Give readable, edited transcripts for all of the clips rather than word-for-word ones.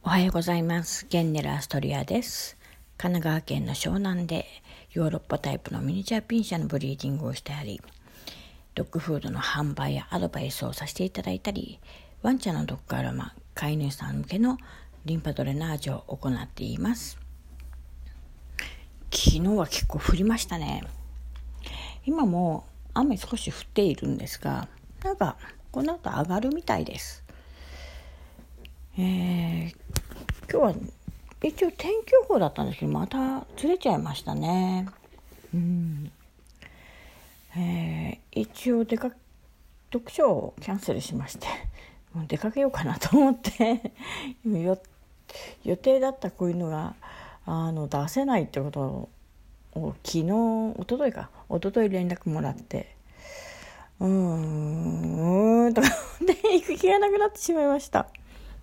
おはようございます。ゲンネルアストリアです。神奈川県の湘南でヨーロッパタイプのミニチュアピンシャのブリーディングをしてあり、ドッグフードの販売やアドバイスをさせていただいたり、ワンちゃんのドッグアロマ、飼い主さん向けのリンパドレナージを行っています。昨日は結構降りましたね。今も雨少し降っているんですが、この後上がるみたいです。今日は一応天気予報だったんですけど、またずれちゃいましたね。一応読書をキャンセルしまして、もう出かけようかなと思って予定だったこういうのが出せないってことを昨日一昨日連絡もらって、とか思って行く気がなくなってしまいました。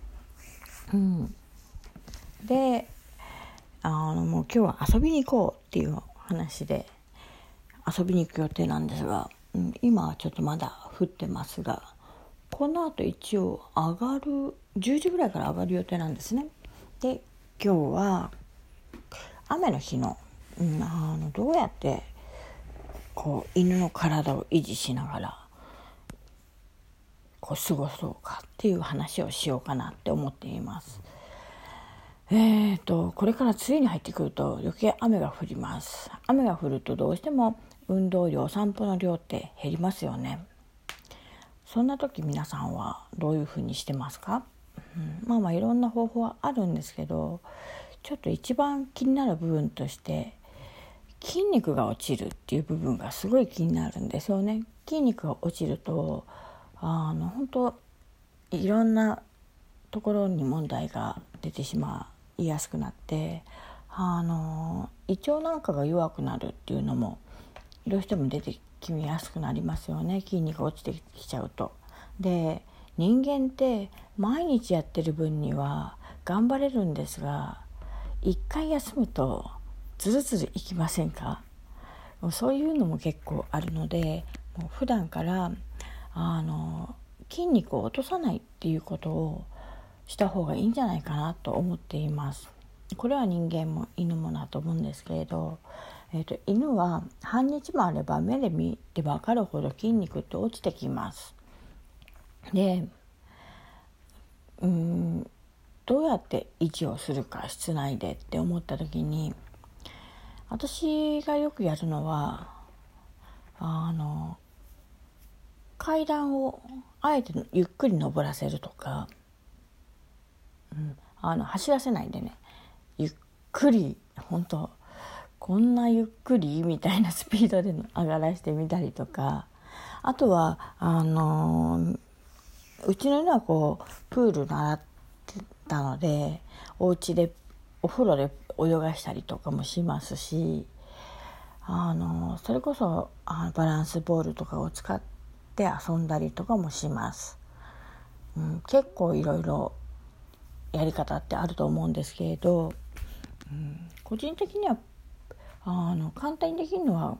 でもう今日は遊びに行こうっていう話で遊びに行く予定なんですが、今はちょっとまだ降ってますが、この後一応10時ぐらいから上がる予定なんですね。で、今日は雨の日の、どうやって犬の体を維持しながら過ごそうかっていう話をしようかなって思っています。これから梅雨に入ってくると余計雨が降ります。雨が降るとどうしても運動量、散歩の量って減りますよね。そんな時皆さんはどういうふうにしてますか？いろんな方法はあるんですけど、ちょっと一番気になる部分として筋肉が落ちるっていう部分がすごい気になるんですよね。筋肉が落ちると本当いろんなところに問題が出てしまいやすくなって、胃腸なんかが弱くなるっていうのもどうしても出てきやすくなりますよね。筋肉が落ちてきちゃうと。で、人間って毎日やってる分には頑張れるんですが、一回休むとずるずるいきませんか？そういうのも結構あるので、もう普段から筋肉を落とさないっていうことをした方がいいんじゃないかなと思っています。これは人間も犬もだと思うんですけれど、犬は半日もあれば目で見て分かるほど筋肉って落ちてきます。で、どうやって維持をするか室内でって思った時に、私がよくやるのは階段をあえてゆっくり登らせるとか、走らせないでね、ゆっくり、本当こんなゆっくりみたいなスピードで上がらせてみたりとか、あとはうちの犬はプール習ってたので、お家でお風呂で泳がしたりとかもしますし、それこそバランスボールとかを使って遊んだりとかもします。結構いろいろやり方ってあると思うんですけれど、個人的には簡単にできるのは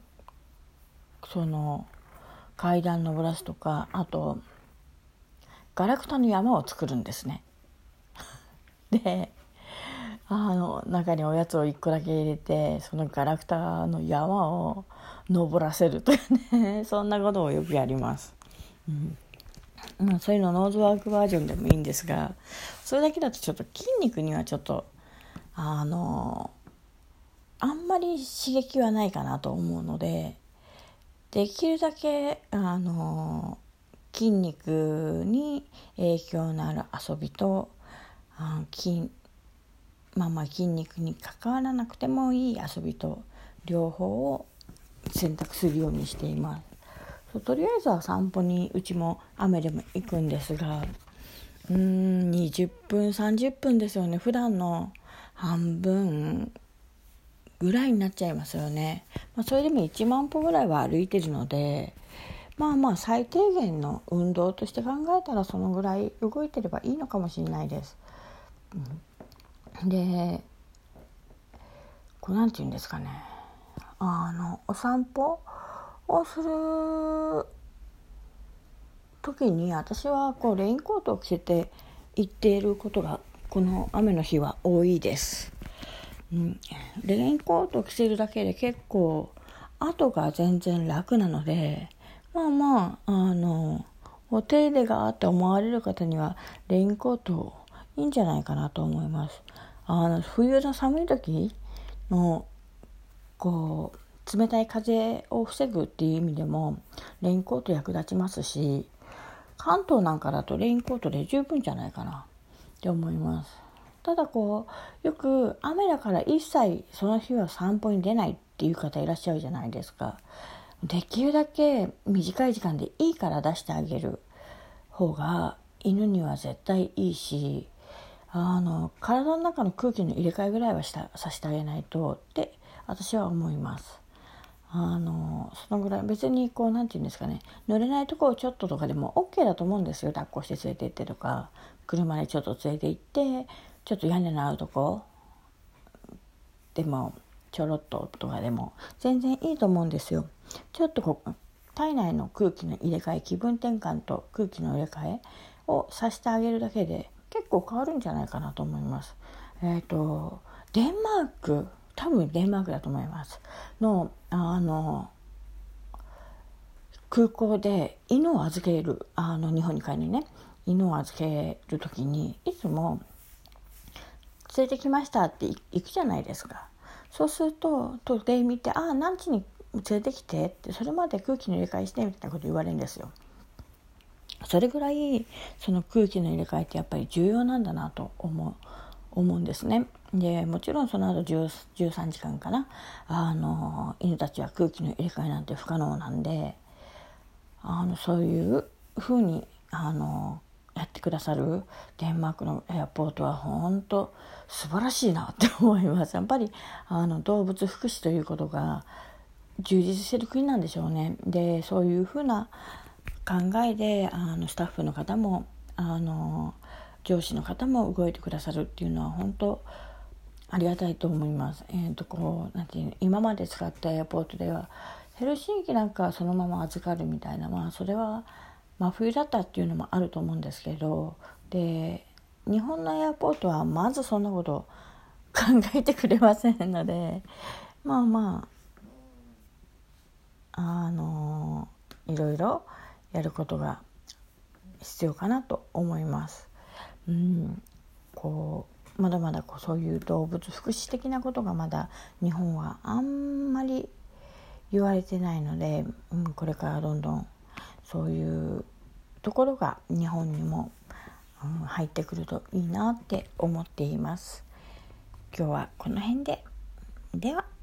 階段登らすとか、あとガラクタの山を作るんですね。で、中におやつを1個だけ入れて、そのガラクタの山を登らせるとかねそんなことをよくやります。そういうのノーズワークバージョンでもいいんですが、それだけだとちょっと筋肉にはちょっとあんまり刺激はないかなと思うので、できるだけ筋肉に影響のある遊びと筋肉に関わらなくてもいい遊びと両方を選択するようにしています。とりあえずは散歩にうちも雨でも行くんですが、20分30分ですよね。普段の半分ぐらいになっちゃいますよね。それでも1万歩ぐらいは歩いてるので、最低限の運動として考えたらそのぐらい動いてればいいのかもしれないです。で、なんて言うんですかね、お散歩をする時に私はレインコートを着せて行っていることがこの雨の日は多いです。レインコートを着せるだけで結構後が全然楽なので、お手入れがって思われる方にはレインコートいいんじゃないかなと思います。冬の寒い時の冷たい風を防ぐっていう意味でもレインコート役立ちますし、関東なんかだとレインコートで十分じゃないかなって思います。ただよく雨だから一切その日は散歩に出ないっていう方いらっしゃるじゃないですか。できるだけ短い時間でいいから出してあげる方が犬には絶対いいし、体の中の空気の入れ替えぐらいはさせてあげないとって私は思います。そのぐらい別になんていうんですかね、乗れないところをちょっととかでも OK だと思うんですよ。抱っこして連れて行ってとか、車でちょっと連れて行ってちょっと屋根のあるとこでもちょろっととかでも全然いいと思うんですよ。ちょっと体内の空気の入れ替え、気分転換と空気の入れ替えをさせてあげるだけで結構変わるんじゃないかなと思います。デンマーク、多分デンマークだと思いますの空港で犬を預ける日本に帰るね、犬を預ける時にいつも連れてきましたって行くじゃないですか。そうすると時計見て、何時に連れてきてって、それまで空気の入れ替えしてみたいなこと言われるんですよ。それぐらいその空気の入れ替えってやっぱり重要なんだなと思うんですね。でもちろんその後13時間かな、犬たちは空気の入れ替えなんて不可能なんで、そういう風にやってくださるデンマークのエアポートは本当素晴らしいなって思います。やっぱり動物福祉ということが充実してる国なんでしょうね。でそういう風な考えでスタッフの方も上司の方も動いてくださるっていうのは本当ありがたいと思います。なんていうの、今まで使ったエアポートではヘルシンキなんかはそのまま預かるみたいな、それは真冬だったっていうのもあると思うんですけど、で日本のエアポートはまずそんなこと考えてくれませんので、いろいろやることが必要かなと思います。まだまだそういう動物福祉的なことがまだ日本はあんまり言われてないので、これからどんどんそういうところが日本にも、入ってくるといいなって思っています。今日はこの辺で。では。